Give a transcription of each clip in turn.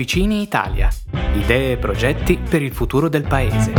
Officine Italia. Idee e progetti per il futuro del Paese.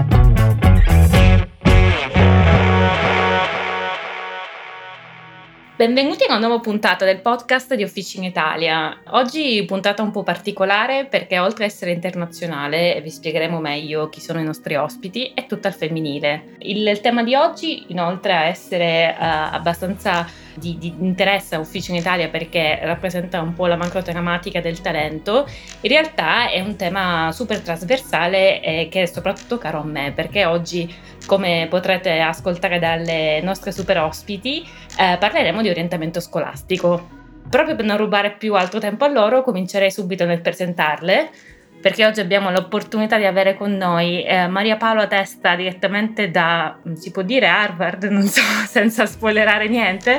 Benvenuti a una nuova puntata del podcast di Officine Italia. Oggi puntata un po' particolare perché oltre a essere internazionale, e vi spiegheremo meglio chi sono i nostri ospiti, è tutta al femminile. Il tema di oggi, inoltre a essere abbastanza di interesse a Officine Italia perché rappresenta un po' la macrodrammatica del talento, in realtà è un tema super trasversale e che è soprattutto caro a me, perché oggi, come potrete ascoltare dalle nostre super ospiti, parleremo di orientamento scolastico. Proprio per non rubare più altro tempo a loro, comincerei subito nel presentarle, perché oggi abbiamo l'opportunità di avere con noi Maria Paola Testa, direttamente da, si può dire, Harvard, non so, senza spoilerare niente,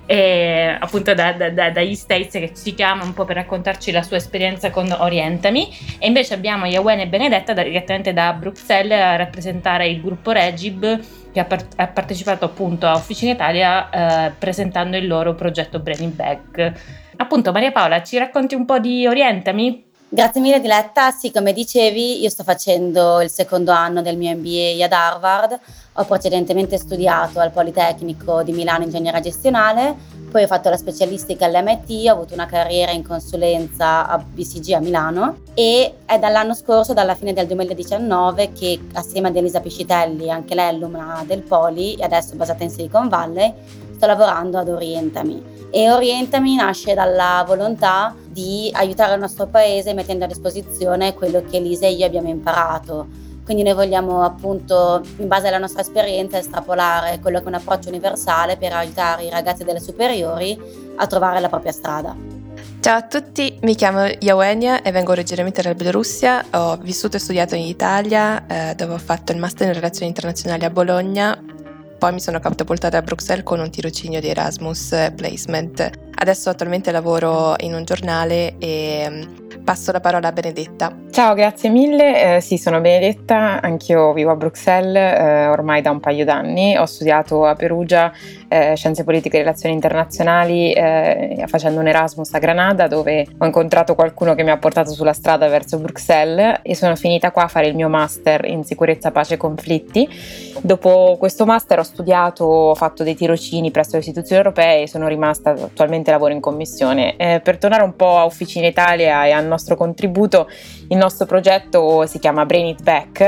e appunto dagli States, che ci chiama un po' per raccontarci la sua esperienza con Orientami. E invece abbiamo Yawen e Benedetta direttamente da Bruxelles a rappresentare il gruppo Regib, che ha partecipato appunto a Officine Italia presentando il loro progetto Brain Back. Appunto, Maria Paola, ci racconti un po' di Orientami? Grazie mille Diletta, sì, come dicevi io sto facendo il secondo anno del mio MBA ad Harvard, ho precedentemente studiato al Politecnico di Milano ingegneria gestionale, poi ho fatto la specialistica all'MIT, ho avuto una carriera in consulenza a BCG a Milano e è dall'anno scorso, dalla fine del 2019, che assieme ad Elisa Piscitelli, anche lei alumna del Poli e adesso basata in Silicon Valley, sto lavorando ad Orientami. E Orientami nasce dalla volontà di aiutare il nostro paese mettendo a disposizione quello che Elisa e io abbiamo imparato. Quindi noi vogliamo appunto, in base alla nostra esperienza, estrapolare quello che è un approccio universale per aiutare i ragazzi delle superiori a trovare la propria strada. Ciao a tutti, mi chiamo Yawenia e vengo originariamente dalla Bielorussia. Ho vissuto e studiato in Italia, dove ho fatto il master in relazioni internazionali a Bologna. Poi mi sono catapultata a Bruxelles con un tirocinio di Erasmus Placement. Adesso attualmente lavoro in un giornale e passo la parola a Benedetta. Ciao, grazie mille. Sì, sono Benedetta, anch'io vivo a Bruxelles ormai da un paio d'anni. Ho studiato a Perugia Scienze Politiche e Relazioni Internazionali facendo un Erasmus a Granada, dove ho incontrato qualcuno che mi ha portato sulla strada verso Bruxelles e sono finita qua a fare il mio master in sicurezza, pace e conflitti. Dopo questo master ho fatto dei tirocini presso le istituzioni europee e sono rimasta, attualmente lavoro in commissione. Per tornare un po' a Officine Italia e al nostro contributo, il nostro progetto si chiama Brain It Back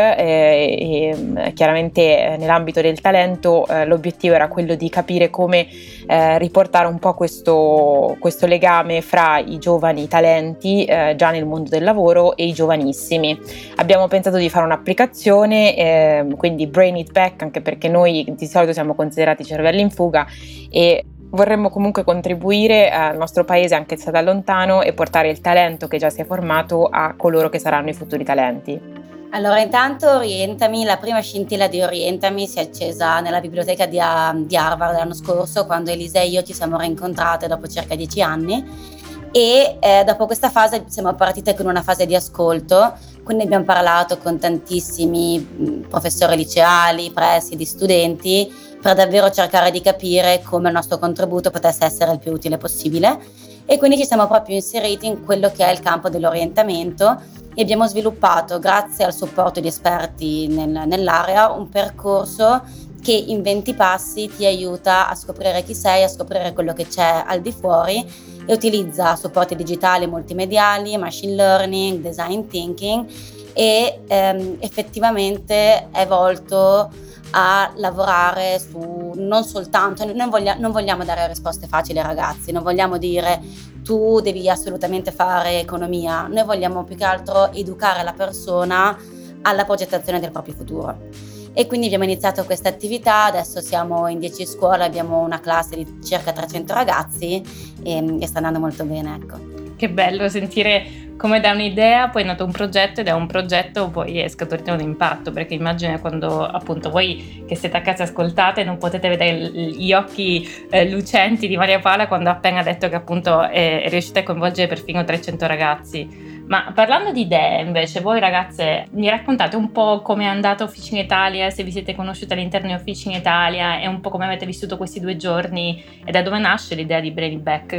e chiaramente nell'ambito del talento l'obiettivo era quello di capire come riportare un po' questo legame fra i giovani talenti già nel mondo del lavoro e i giovanissimi. Abbiamo pensato di fare un'applicazione, quindi Brain It Back, anche perché noi di solito siamo considerati cervelli in fuga e vorremmo comunque contribuire al nostro paese anche se da lontano e portare il talento che già si è formato a coloro che saranno i futuri talenti. Allora, intanto Orientami, la prima scintilla di Orientami si è accesa nella biblioteca di Harvard l'anno scorso, quando Elisa e io ci siamo rincontrate dopo circa 10 anni e dopo questa fase siamo partite con una fase di ascolto, quindi abbiamo parlato con tantissimi professori liceali, presidi, studenti, per davvero cercare di capire come il nostro contributo potesse essere il più utile possibile e quindi ci siamo proprio inseriti in quello che è il campo dell'orientamento e abbiamo sviluppato, grazie al supporto di esperti nell'area, un percorso che in 20 passi ti aiuta a scoprire chi sei, a scoprire quello che c'è al di fuori e utilizza supporti digitali multimediali, machine learning, design thinking e effettivamente è volto a lavorare su non soltanto, non vogliamo dare risposte facili ai ragazzi, non vogliamo dire tu devi assolutamente fare economia, noi vogliamo più che altro educare la persona alla progettazione del proprio futuro. E quindi abbiamo iniziato questa attività, adesso siamo in 10 scuole, abbiamo una classe di circa 300 ragazzi e sta andando molto bene, ecco. Che bello sentire come da un'idea poi è nato un progetto e da un progetto poi è scaturito un impatto, perché immagino quando appunto voi che siete a casa ascoltate non potete vedere gli occhi lucenti di Maria Paola quando ha appena detto che appunto è riuscita a coinvolgere perfino 300 ragazzi. Ma parlando di idee invece, voi ragazze mi raccontate un po' come è andata Officine Italia, se vi siete conosciute all'interno di Officine Italia e un po' come avete vissuto questi 2 giorni e da dove nasce l'idea di Brain Back?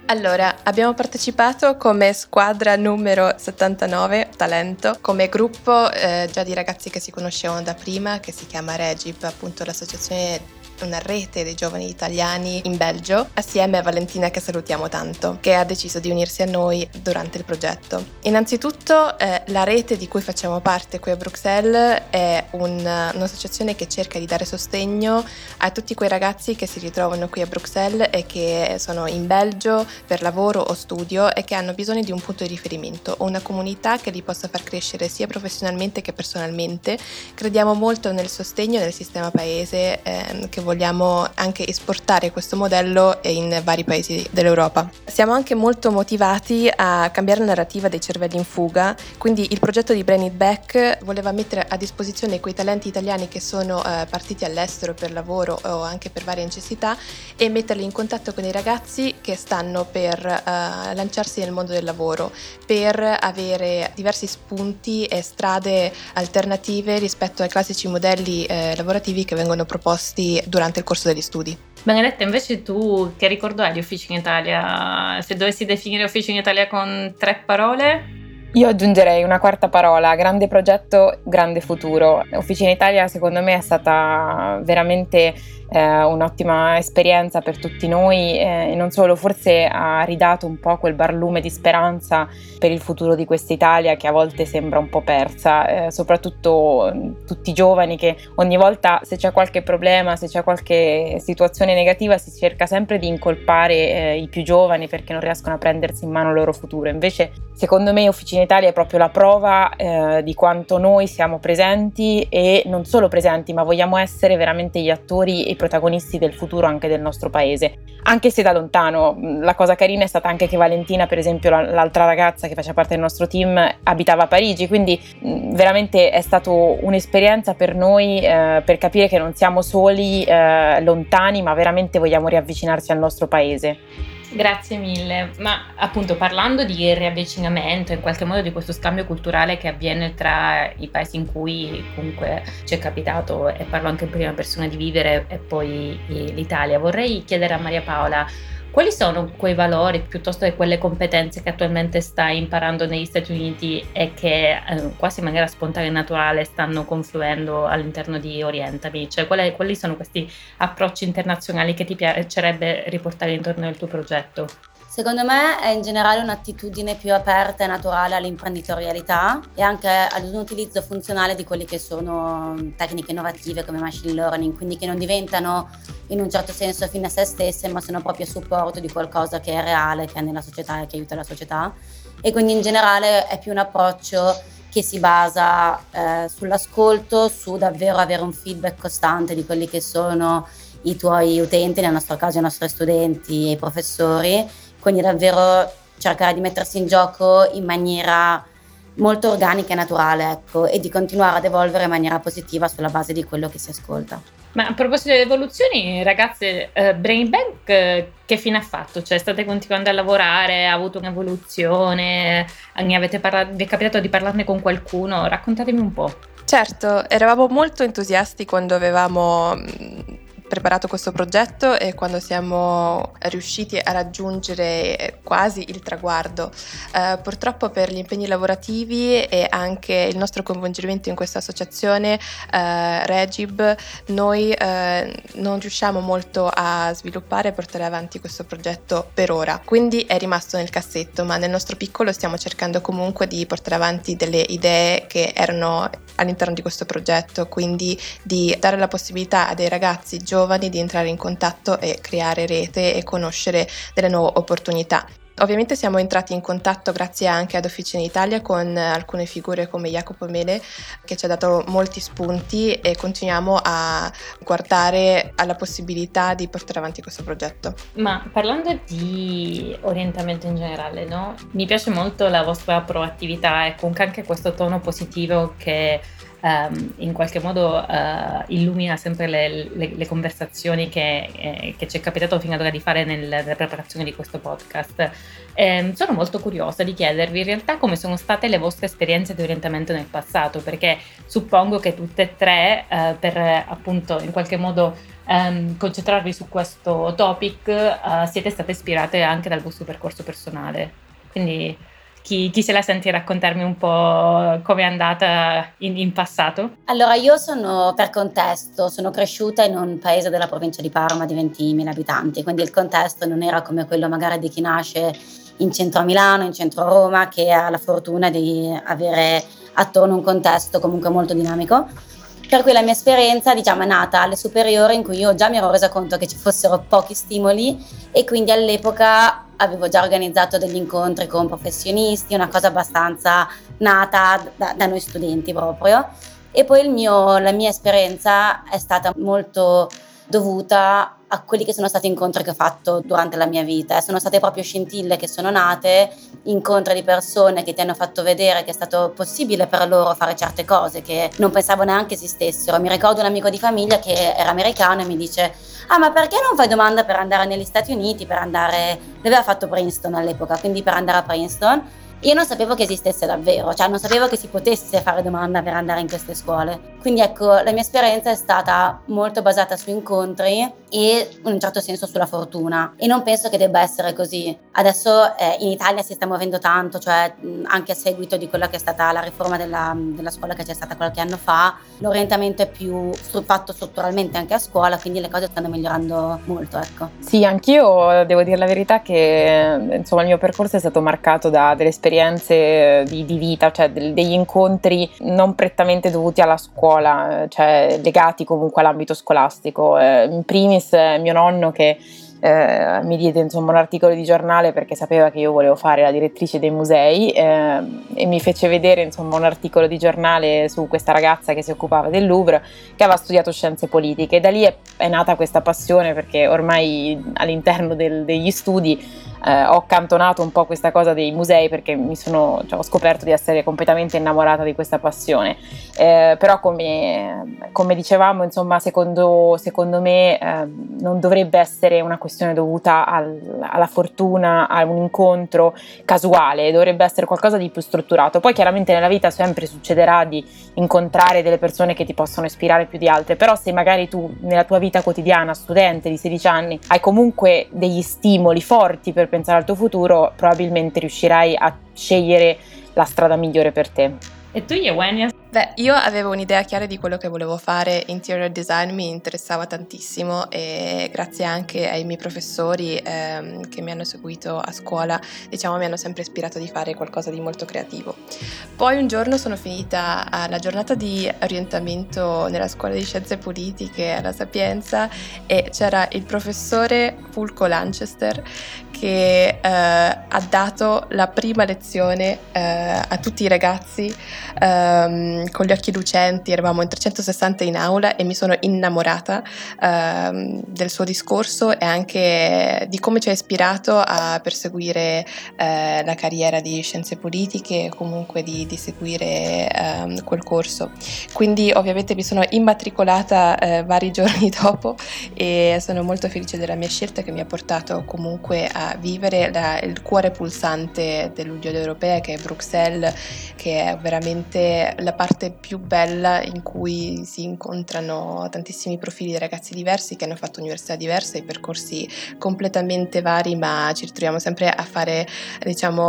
Allora, abbiamo partecipato come squadra numero 79, Talento, come gruppo già di ragazzi che si conoscevano da prima, che si chiama Regib, appunto l'associazione, una rete dei giovani italiani in Belgio, assieme a Valentina, che salutiamo tanto, che ha deciso di unirsi a noi durante il progetto. Innanzitutto la rete di cui facciamo parte qui a Bruxelles è un'associazione che cerca di dare sostegno a tutti quei ragazzi che si ritrovano qui a Bruxelles e che sono in Belgio per lavoro o studio e che hanno bisogno di un punto di riferimento o una comunità che li possa far crescere sia professionalmente che personalmente. Crediamo molto nel sostegno del sistema paese, che vogliamo anche esportare questo modello in vari paesi dell'Europa. Siamo anche molto motivati a cambiare la narrativa dei cervelli in fuga, quindi il progetto di Brain It Back voleva mettere a disposizione quei talenti italiani che sono partiti all'estero per lavoro o anche per varie necessità e metterli in contatto con i ragazzi che stanno per lanciarsi nel mondo del lavoro, per avere diversi spunti e strade alternative rispetto ai classici modelli lavorativi che vengono proposti durante il corso degli studi. Benedetta, invece tu che ricordo hai di Officina Italia? Se dovessi definire Officina Italia con 3 parole? Io aggiungerei una quarta parola: grande progetto, grande futuro. Officina Italia secondo me è stata veramente un'ottima esperienza per tutti noi e non solo, forse ha ridato un po' quel barlume di speranza per il futuro di questa Italia che a volte sembra un po' persa, soprattutto tutti i giovani che ogni volta, se c'è qualche problema, se c'è qualche situazione negativa, si cerca sempre di incolpare i più giovani perché non riescono a prendersi in mano il loro futuro. Invece secondo me Officina Italia è proprio la prova di quanto noi siamo presenti e non solo presenti, ma vogliamo essere veramente gli attori e i protagonisti del futuro anche del nostro paese, anche se da lontano. La cosa carina è stata anche che Valentina, per esempio l'altra ragazza che faceva parte del nostro team, abitava a Parigi, quindi veramente è stata un'esperienza per noi per capire che non siamo soli, lontani, ma veramente vogliamo riavvicinarci al nostro paese. Grazie mille, ma appunto parlando di riavvicinamento, in qualche modo di questo scambio culturale che avviene tra i paesi in cui comunque ci è capitato, e parlo anche in prima persona, di vivere, e poi l'Italia, vorrei chiedere a Maria Paola quali sono quei valori piuttosto che quelle competenze che attualmente stai imparando negli Stati Uniti e che quasi in maniera spontanea e naturale stanno confluendo all'interno di Orientami, cioè quali sono questi approcci internazionali che ti piacerebbe riportare intorno al tuo progetto? Secondo me è in generale un'attitudine più aperta e naturale all'imprenditorialità e anche ad un utilizzo funzionale di quelle che sono tecniche innovative come machine learning, quindi che non diventano in un certo senso fine a se stesse, ma sono proprio a supporto di qualcosa che è reale, che è nella società e che aiuta la società. E quindi in generale è più un approccio che si basa sull'ascolto, su davvero avere un feedback costante di quelli che sono i tuoi utenti, nel nostro caso i nostri studenti e i professori, quindi davvero cercare di mettersi in gioco in maniera molto organica e naturale, ecco, e di continuare ad evolvere in maniera positiva sulla base di quello che si ascolta. Ma a proposito delle evoluzioni, ragazze, Brain Bank che fine ha fatto? Cioè state continuando a lavorare, ha avuto un'evoluzione, vi è capitato di parlarne con qualcuno? Raccontatemi un po'. Certo, eravamo molto entusiasti quando avevamo preparato questo progetto e quando siamo riusciti a raggiungere quasi il traguardo. Purtroppo per gli impegni lavorativi e anche il nostro coinvolgimento in questa associazione Regib, noi non riusciamo molto a sviluppare e portare avanti questo progetto per ora, quindi è rimasto nel cassetto, ma nel nostro piccolo stiamo cercando comunque di portare avanti delle idee che erano all'interno di questo progetto, quindi di dare la possibilità a dei ragazzi giovani di entrare in contatto e creare rete e conoscere delle nuove opportunità. Ovviamente siamo entrati in contatto grazie anche ad Officina Italia con alcune figure come Jacopo Mele, che ci ha dato molti spunti, e continuiamo a guardare alla possibilità di portare avanti questo progetto. Ma parlando di orientamento in generale, no? Mi piace molto la vostra proattività e comunque anche questo tono positivo che in qualche modo illumina sempre le conversazioni che ci è capitato fino ad ora di fare nella preparazione di questo podcast. Sono molto curiosa di chiedervi in realtà come sono state le vostre esperienze di orientamento nel passato, perché suppongo che tutte e tre, per appunto in qualche modo concentrarvi su questo topic, siete state ispirate anche dal vostro percorso personale. Quindi chi se la sente raccontarmi un po' come è andata in passato? Allora, io sono, per contesto, sono cresciuta in un paese della provincia di Parma di 20.000 abitanti, quindi il contesto non era come quello magari di chi nasce in centro a Milano, in centro a Roma, che ha la fortuna di avere attorno un contesto comunque molto dinamico. Per cui la mia esperienza, diciamo, è nata alle superiori, in cui io già mi ero resa conto che ci fossero pochi stimoli e quindi all'epoca avevo già organizzato degli incontri con professionisti, una cosa abbastanza nata da noi studenti proprio. E poi la mia esperienza è stata molto dovuta a quelli che sono stati incontri che ho fatto durante la mia vita. Sono state proprio scintille che sono nate, incontri di persone che ti hanno fatto vedere che è stato possibile per loro fare certe cose che non pensavo neanche esistessero. Mi ricordo un amico di famiglia che era americano e mi dice: ah, ma perché non fai domanda per andare negli Stati Uniti, lui aveva fatto Princeton all'epoca, quindi per andare a Princeton. Io non sapevo che esistesse davvero, cioè non sapevo che si potesse fare domanda per andare in queste scuole. Quindi ecco, la mia esperienza è stata molto basata su incontri e in un certo senso sulla fortuna, e non penso che debba essere così. Adesso in Italia si sta muovendo tanto, cioè anche a seguito di quella che è stata la riforma della scuola che c'è stata qualche anno fa, l'orientamento è più fatto strutturalmente anche a scuola, quindi le cose stanno migliorando molto, ecco. Sì, anch'io devo dire la verità che insomma il mio percorso è stato marcato da delle esperienze di vita, cioè degli incontri non prettamente dovuti alla scuola, cioè legati comunque all'ambito scolastico. In primis mio nonno che mi diede insomma un articolo di giornale perché sapeva che io volevo fare la direttrice dei musei, e mi fece vedere insomma un articolo di giornale su questa ragazza che si occupava del Louvre, che aveva studiato scienze politiche, e da lì è nata questa passione, perché ormai all'interno degli studi ho accantonato un po' questa cosa dei musei, perché ho scoperto di essere completamente innamorata di questa passione. Però come dicevamo, insomma, secondo me non dovrebbe essere una questione dovuta alla fortuna, a un incontro casuale, dovrebbe essere qualcosa di più strutturato. Poi chiaramente nella vita sempre succederà di incontrare delle persone che ti possono ispirare più di altre, però se magari tu nella tua vita quotidiana, studente di 16 anni, hai comunque degli stimoli forti per pensare al tuo futuro, probabilmente riuscirai a scegliere la strada migliore per te. E tu, Eugenia? Beh, io avevo un'idea chiara di quello che volevo fare. Interior design mi interessava tantissimo, e grazie anche ai miei professori che mi hanno seguito a scuola, diciamo, mi hanno sempre ispirato di fare qualcosa di molto creativo. Poi un giorno sono finita alla giornata di orientamento nella scuola di scienze politiche alla Sapienza, e c'era il professore Fulco Lanchester che ha dato la prima lezione a tutti i ragazzi con gli occhi lucenti. Eravamo in 360 in aula e mi sono innamorata del suo discorso e anche di come ci ha ispirato a perseguire la carriera di scienze politiche e comunque di seguire quel corso. Quindi ovviamente mi sono immatricolata vari giorni dopo, e sono molto felice della mia scelta, che mi ha portato comunque a vivere il cuore pulsante dell'Unione Europea, che è Bruxelles, che è veramente la parte più bella in cui si incontrano tantissimi profili di ragazzi diversi che hanno fatto università diverse e percorsi completamente vari, ma ci ritroviamo sempre a fare, diciamo,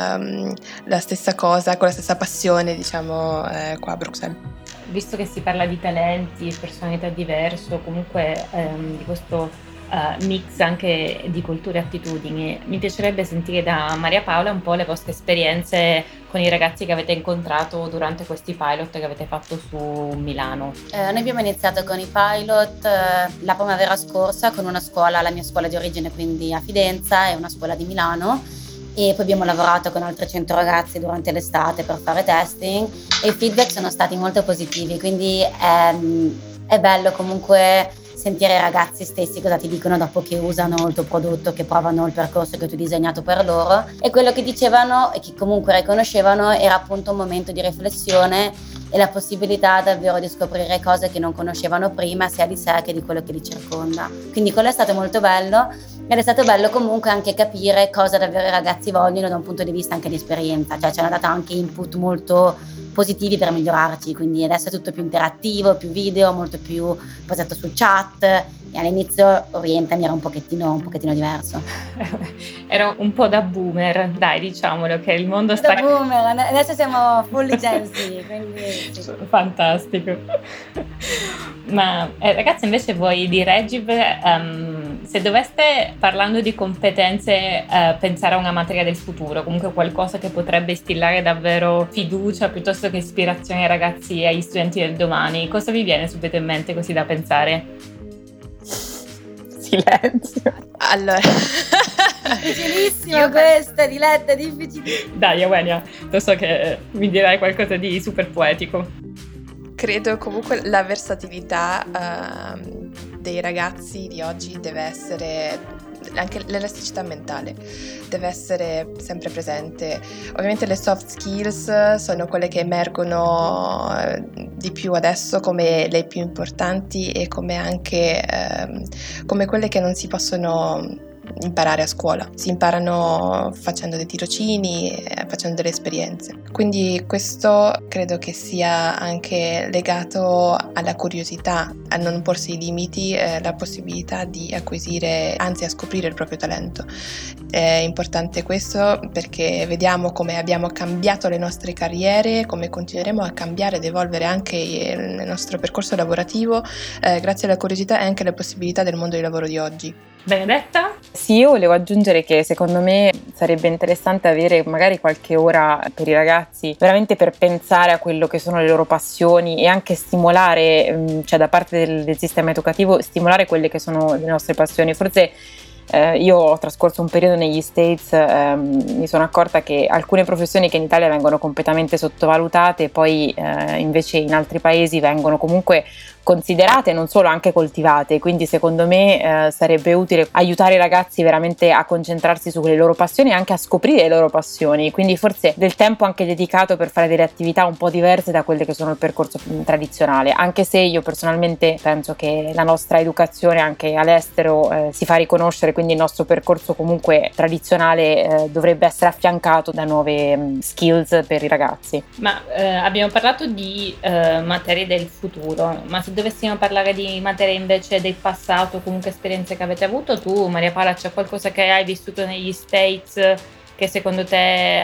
la stessa cosa con la stessa passione, diciamo, qua a Bruxelles. Visto che si parla di talenti, personalità diverse, comunque di questo mix anche di culture e attitudini, mi piacerebbe sentire da Maria Paola un po' le vostre esperienze con i ragazzi che avete incontrato durante questi pilot che avete fatto su Milano. Noi abbiamo iniziato con i pilot la primavera scorsa con una scuola, la mia scuola di origine, quindi a Fidenza, e una scuola di Milano, e poi abbiamo lavorato con altri 100 ragazzi durante l'estate per fare testing, e i feedback sono stati molto positivi, quindi è bello comunque sentire i ragazzi stessi cosa ti dicono dopo che usano il tuo prodotto, che provano il percorso che tu hai disegnato per loro, e quello che dicevano e che comunque riconoscevano era appunto un momento di riflessione e la possibilità davvero di scoprire cose che non conoscevano prima, sia di sé che di quello che li circonda. Quindi quello è stato molto bello, ed è stato bello comunque anche capire cosa davvero i ragazzi vogliono da un punto di vista anche di esperienza, cioè ci hanno dato anche input molto positivi per migliorarci, quindi adesso è tutto più interattivo, più video, molto più basato su chat, e all'inizio Orientami era un pochettino diverso. Era un po' da boomer, dai, diciamolo che il mondo sta... Da boomer, adesso siamo fully Gen Z, quindi sì. Fantastico. Ma ragazzi, invece voi di Regib, se doveste, parlando di competenze, pensare a una materia del futuro, comunque qualcosa che potrebbe instillare davvero fiducia piuttosto che ispirazione ai ragazzi e agli studenti del domani, cosa vi viene subito in mente così da pensare? Silenzio. Allora, Difficilissimo questa, Diletta, difficilissimo. Dai, Eugenia, lo so che mi dirai qualcosa di super poetico. credo comunque la versatilità dei ragazzi di oggi deve essere, anche l'elasticità mentale deve essere sempre presente. Ovviamente le soft skills sono quelle che emergono di più adesso come le più importanti e come anche come quelle che non si possono imparare a scuola, si imparano facendo dei tirocini, facendo delle esperienze. Quindi questo credo che sia anche legato alla curiosità, a non porsi i limiti, la possibilità di acquisire, anzi a scoprire il proprio talento. È importante questo perché vediamo come abbiamo cambiato le nostre carriere, come continueremo a cambiare ed evolvere anche il nostro percorso lavorativo grazie alla curiosità e anche alle possibilità del mondo del lavoro di oggi. Benedetta? Sì, io volevo aggiungere che secondo me sarebbe interessante avere magari qualche ora per i ragazzi veramente per pensare a quello che sono le loro passioni e anche stimolare, cioè da parte del sistema educativo, stimolare quelle che sono le nostre passioni. Forse io ho trascorso un periodo negli States, mi sono accorta che alcune professioni che in Italia vengono completamente sottovalutate, poi invece in altri paesi vengono comunque considerate e non solo anche coltivate, quindi secondo me sarebbe utile aiutare i ragazzi veramente a concentrarsi sulle loro passioni e anche a scoprire le loro passioni, quindi forse del tempo anche dedicato per fare delle attività un po' diverse da quelle che sono il percorso tradizionale, anche se io personalmente penso che la nostra educazione anche all'estero si fa riconoscere, quindi il nostro percorso comunque tradizionale dovrebbe essere affiancato da nuove skills per i ragazzi. Ma abbiamo parlato di materie del futuro, ma se dovessimo parlare di materie invece del passato, comunque esperienze che avete avuto, tu Maria Paola c'è qualcosa che hai vissuto negli States che secondo te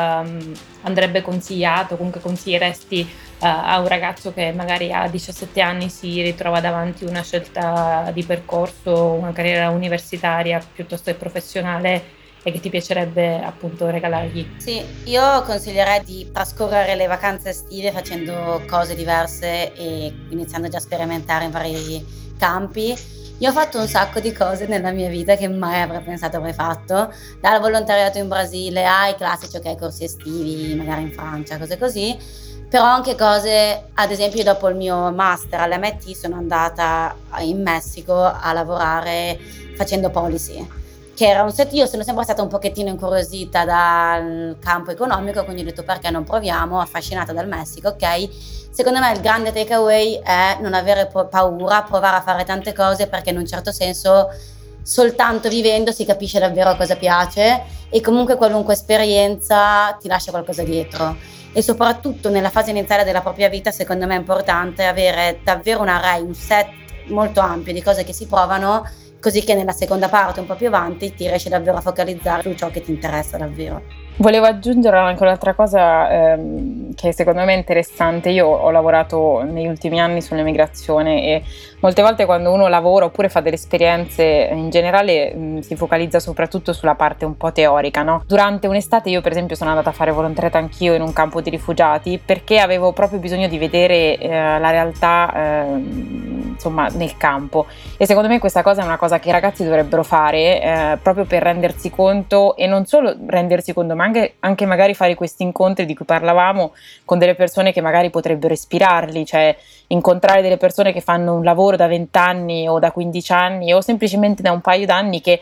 andrebbe consigliato, comunque consiglieresti a un ragazzo che magari a 17 anni si ritrova davanti una scelta di percorso, una carriera universitaria piuttosto che professionale e che ti piacerebbe appunto regalargli? Sì, io consiglierei di trascorrere le vacanze estive facendo cose diverse e iniziando già a sperimentare in vari campi. Io ho fatto un sacco di cose nella mia vita che mai avrei pensato avrei fatto, dal volontariato in Brasile ai classici corsi estivi, magari in Francia, cose così, però anche cose, ad esempio dopo il mio master all'MIT sono andata in Messico a lavorare facendo policy, che era un set. Io sono sempre stata un pochettino incuriosita dal campo economico, quindi ho detto perché non proviamo, affascinata dal Messico, ok? Secondo me il grande takeaway è non avere paura, provare a fare tante cose, perché in un certo senso soltanto vivendo si capisce davvero cosa piace e comunque qualunque esperienza ti lascia qualcosa dietro. E soprattutto nella fase iniziale della propria vita secondo me è importante avere davvero un array, un set molto ampio di cose che si provano, così che nella seconda parte un po' più avanti ti riesci davvero a focalizzare su ciò che ti interessa davvero. Volevo aggiungere anche un'altra cosa che secondo me è interessante. Io ho lavorato negli ultimi anni sull'emigrazione e molte volte quando uno lavora oppure fa delle esperienze in generale si focalizza soprattutto sulla parte un po' teorica, no? Durante un'estate io per esempio sono andata a fare volontariato anch'io in un campo di rifugiati perché avevo proprio bisogno di vedere la realtà insomma nel campo, e secondo me questa cosa è una cosa che i ragazzi dovrebbero fare proprio per rendersi conto, e non solo rendersi conto ma anche magari fare questi incontri di cui parlavamo con delle persone che magari potrebbero ispirarli, cioè incontrare delle persone che fanno un lavoro da 20 anni o da 15 anni o semplicemente da un paio d'anni che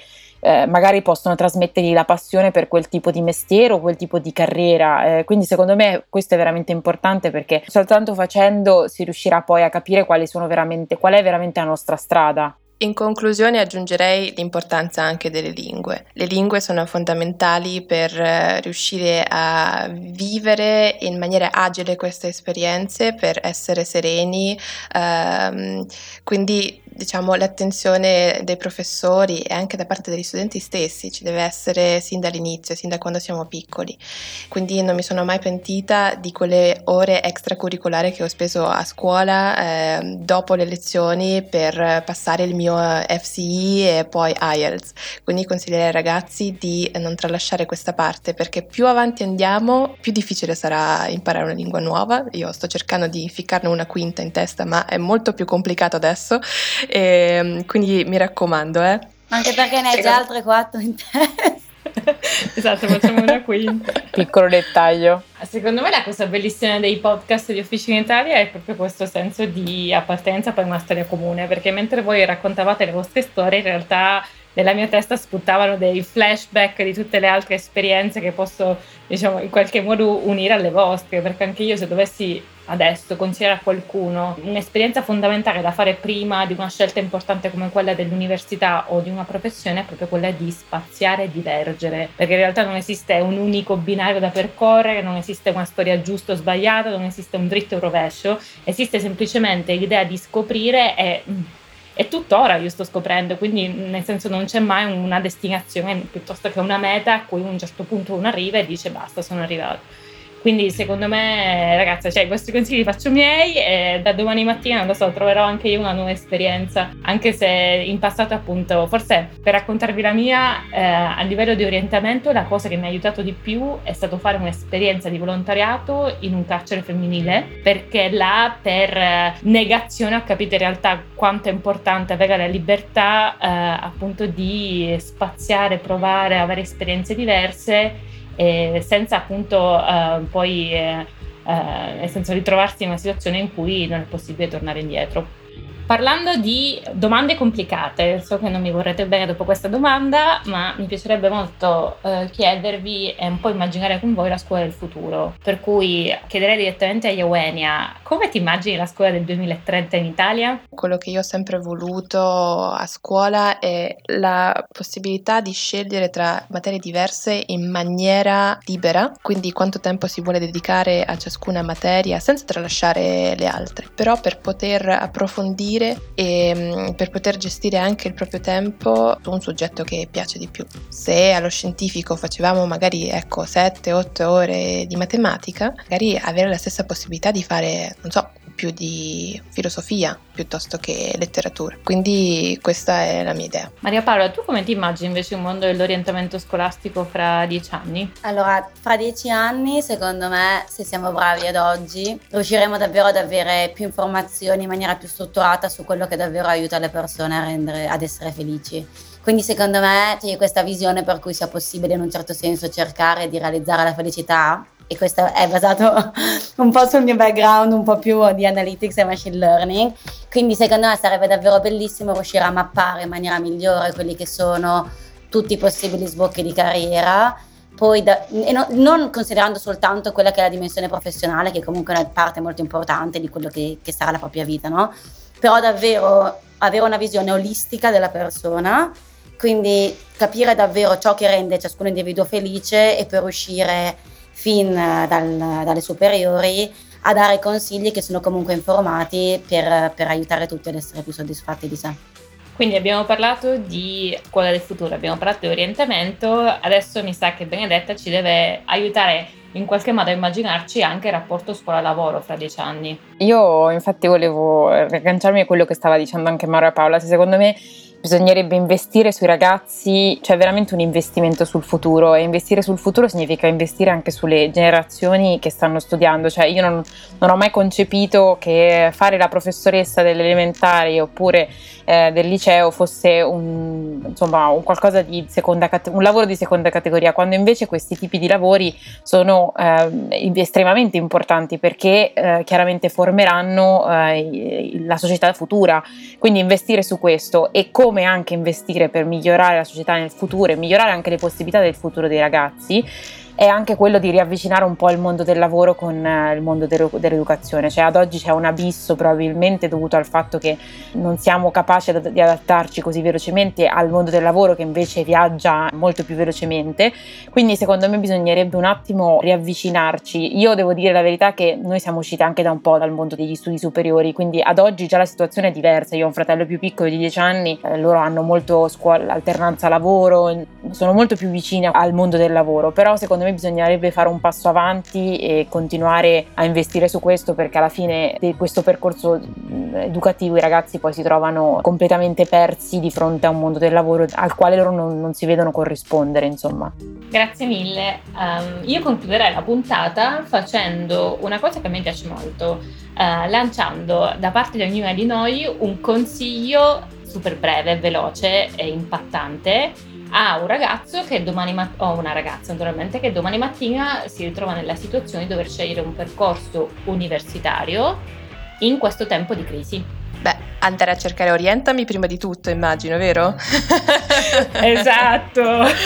magari possono trasmettergli la passione per quel tipo di mestiere o quel tipo di carriera, quindi secondo me questo è veramente importante, perché soltanto facendo si riuscirà poi a capire qual è veramente la nostra strada. In conclusione aggiungerei l'importanza anche delle lingue. Le lingue sono fondamentali per riuscire a vivere in maniera agile queste esperienze, per essere sereni, quindi diciamo l'attenzione dei professori e anche da parte degli studenti stessi ci deve essere sin dall'inizio, sin da quando siamo piccoli. Quindi non mi sono mai pentita di quelle ore extracurricolari che ho speso a scuola dopo le lezioni per passare il mio FCE e poi IELTS. Quindi consiglierei ai ragazzi di non tralasciare questa parte, perché più avanti andiamo più difficile sarà imparare una lingua nuova. Io sto cercando di ficcarne una quinta in testa, ma è molto più complicato adesso, e quindi mi raccomando. Anche perché ne hai già altre 4 in testa. Esatto, facciamo una quinta. Piccolo dettaglio. Secondo me la cosa bellissima dei podcast di Officina Italia è proprio questo senso di appartenenza per una storia comune, perché mentre voi raccontavate le vostre storie, in realtà nella mia testa spuntavano dei flashback di tutte le altre esperienze che posso, diciamo, in qualche modo unire alle vostre, perché anche io, se dovessi adesso consigliare a qualcuno un'esperienza fondamentale da fare prima di una scelta importante come quella dell'università o di una professione, è proprio quella di spaziare e divergere, perché in realtà non esiste un unico binario da percorrere, non esiste una storia giusta o sbagliata, non esiste un dritto o rovescio, esiste semplicemente l'idea di scoprire e tuttora io sto scoprendo, quindi nel senso non c'è mai una destinazione piuttosto che una meta a cui a un certo punto uno arriva e dice basta, sono arrivato. Quindi secondo me, ragazzi, i vostri consigli li faccio miei e da domani mattina, non lo so, troverò anche io una nuova esperienza, anche se in passato, appunto, forse per raccontarvi la mia, a livello di orientamento la cosa che mi ha aiutato di più è stato fare un'esperienza di volontariato in un carcere femminile, perché là per negazione ho capito in realtà quanto è importante avere la libertà appunto di spaziare, provare, avere esperienze diverse, senza appunto poi nel senso ritrovarsi in una situazione in cui non è possibile tornare indietro. Parlando di domande complicate, so che non mi vorrete bene dopo questa domanda, ma mi piacerebbe molto chiedervi e un po' immaginare con voi la scuola del futuro. Per cui chiederei direttamente a Eugenia: come ti immagini la scuola del 2030 in Italia? Quello che io ho sempre voluto a scuola è la possibilità di scegliere tra materie diverse in maniera libera, quindi quanto tempo si vuole dedicare a ciascuna materia senza tralasciare le altre, però per poter approfondire e per poter gestire anche il proprio tempo su un soggetto che piace di più. Se allo scientifico facevamo magari 7-8 ore di matematica, magari avere la stessa possibilità di fare, non so, più di filosofia piuttosto che letteratura. Quindi questa è la mia idea. Maria Paola, tu come ti immagini invece un mondo dell'orientamento scolastico fra 10 anni? Allora, fra 10 anni, secondo me, se siamo bravi ad oggi, riusciremo davvero ad avere più informazioni in maniera più strutturata su quello che davvero aiuta le persone ad essere felici. Quindi secondo me c'è questa visione per cui sia possibile in un certo senso cercare di realizzare la felicità, e questo è basato un po' sul mio background, un po' più di analytics e machine learning. Quindi secondo me sarebbe davvero bellissimo riuscire a mappare in maniera migliore quelli che sono tutti i possibili sbocchi di carriera, poi non considerando soltanto quella che è la dimensione professionale, che comunque è una parte molto importante di quello che sarà la propria vita, no? Però davvero avere una visione olistica della persona, quindi capire davvero ciò che rende ciascun individuo felice, e per uscire fin dalle superiori a dare consigli che sono comunque informati per aiutare tutti ad essere più soddisfatti di sé. Quindi abbiamo parlato di scuola del futuro, abbiamo parlato di orientamento, adesso mi sa che Benedetta ci deve aiutare in qualche modo a immaginarci anche il rapporto scuola-lavoro fra 10 anni. Io infatti volevo agganciarmi a quello che stava dicendo anche Maria Paola. Secondo me bisognerebbe investire sui ragazzi, cioè veramente un investimento sul futuro, e investire sul futuro significa investire anche sulle generazioni che stanno studiando. Cioè io non ho mai concepito che fare la professoressa delle elementari oppure del liceo fosse un qualcosa di un lavoro di seconda categoria, quando invece questi tipi di lavori sono estremamente importanti, perché chiaramente formeranno la società futura. Quindi investire su questo, e come come anche investire per migliorare la società nel futuro e migliorare anche le possibilità del futuro dei ragazzi, è anche quello di riavvicinare un po' il mondo del lavoro con il mondo dell'educazione. Cioè ad oggi c'è un abisso probabilmente dovuto al fatto che non siamo capaci di adattarci così velocemente al mondo del lavoro, che invece viaggia molto più velocemente. Quindi secondo me bisognerebbe un attimo riavvicinarci. Io devo dire la verità che noi siamo usciti anche da un po' dal mondo degli studi superiori, quindi ad oggi già la situazione è diversa. Io ho un fratello più piccolo di 10 anni, loro hanno molto alternanza lavoro, sono molto più vicini al mondo del lavoro, però secondo me bisognerebbe fare un passo avanti e continuare a investire su questo, perché alla fine di questo percorso educativo i ragazzi poi si trovano completamente persi di fronte a un mondo del lavoro al quale loro non si vedono corrispondere, insomma. Grazie mille. Io concluderei la puntata facendo una cosa che a me piace molto, lanciando da parte di ognuna di noi un consiglio super breve, veloce e impattante a un ragazzo che o una ragazza naturalmente, che domani mattina si ritrova nella situazione di dover scegliere un percorso universitario in questo tempo di crisi. Beh, andare a cercare Orientami prima di tutto, immagino, vero? Esatto.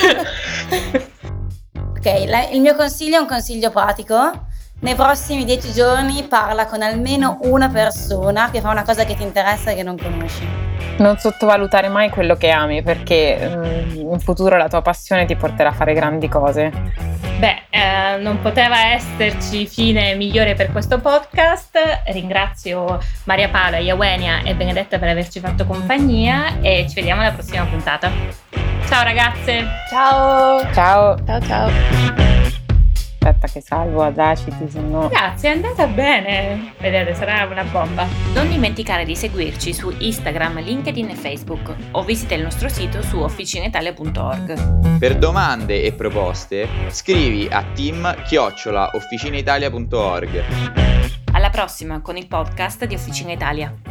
Ok, il mio consiglio è un consiglio pratico. Nei prossimi 10 giorni parla con almeno una persona che fa una cosa che ti interessa e che non conosci. Non sottovalutare mai quello che ami, perché in futuro la tua passione ti porterà a fare grandi cose. Beh, non poteva esserci fine migliore per questo podcast. Ringrazio Maria Paola, Yawenia e Benedetta per averci fatto compagnia e ci vediamo alla prossima puntata. Ciao ragazze! Ciao! Ciao! Ciao ciao! Aspetta che salvo Audacity, se no... Grazie, è andata bene. Vedete, sarà una bomba. Non dimenticare di seguirci su Instagram, LinkedIn e Facebook o visita il nostro sito su officinitalia.org. Per domande e proposte scrivi a team@officinaitalia.org. Alla prossima con il podcast di Officina Italia.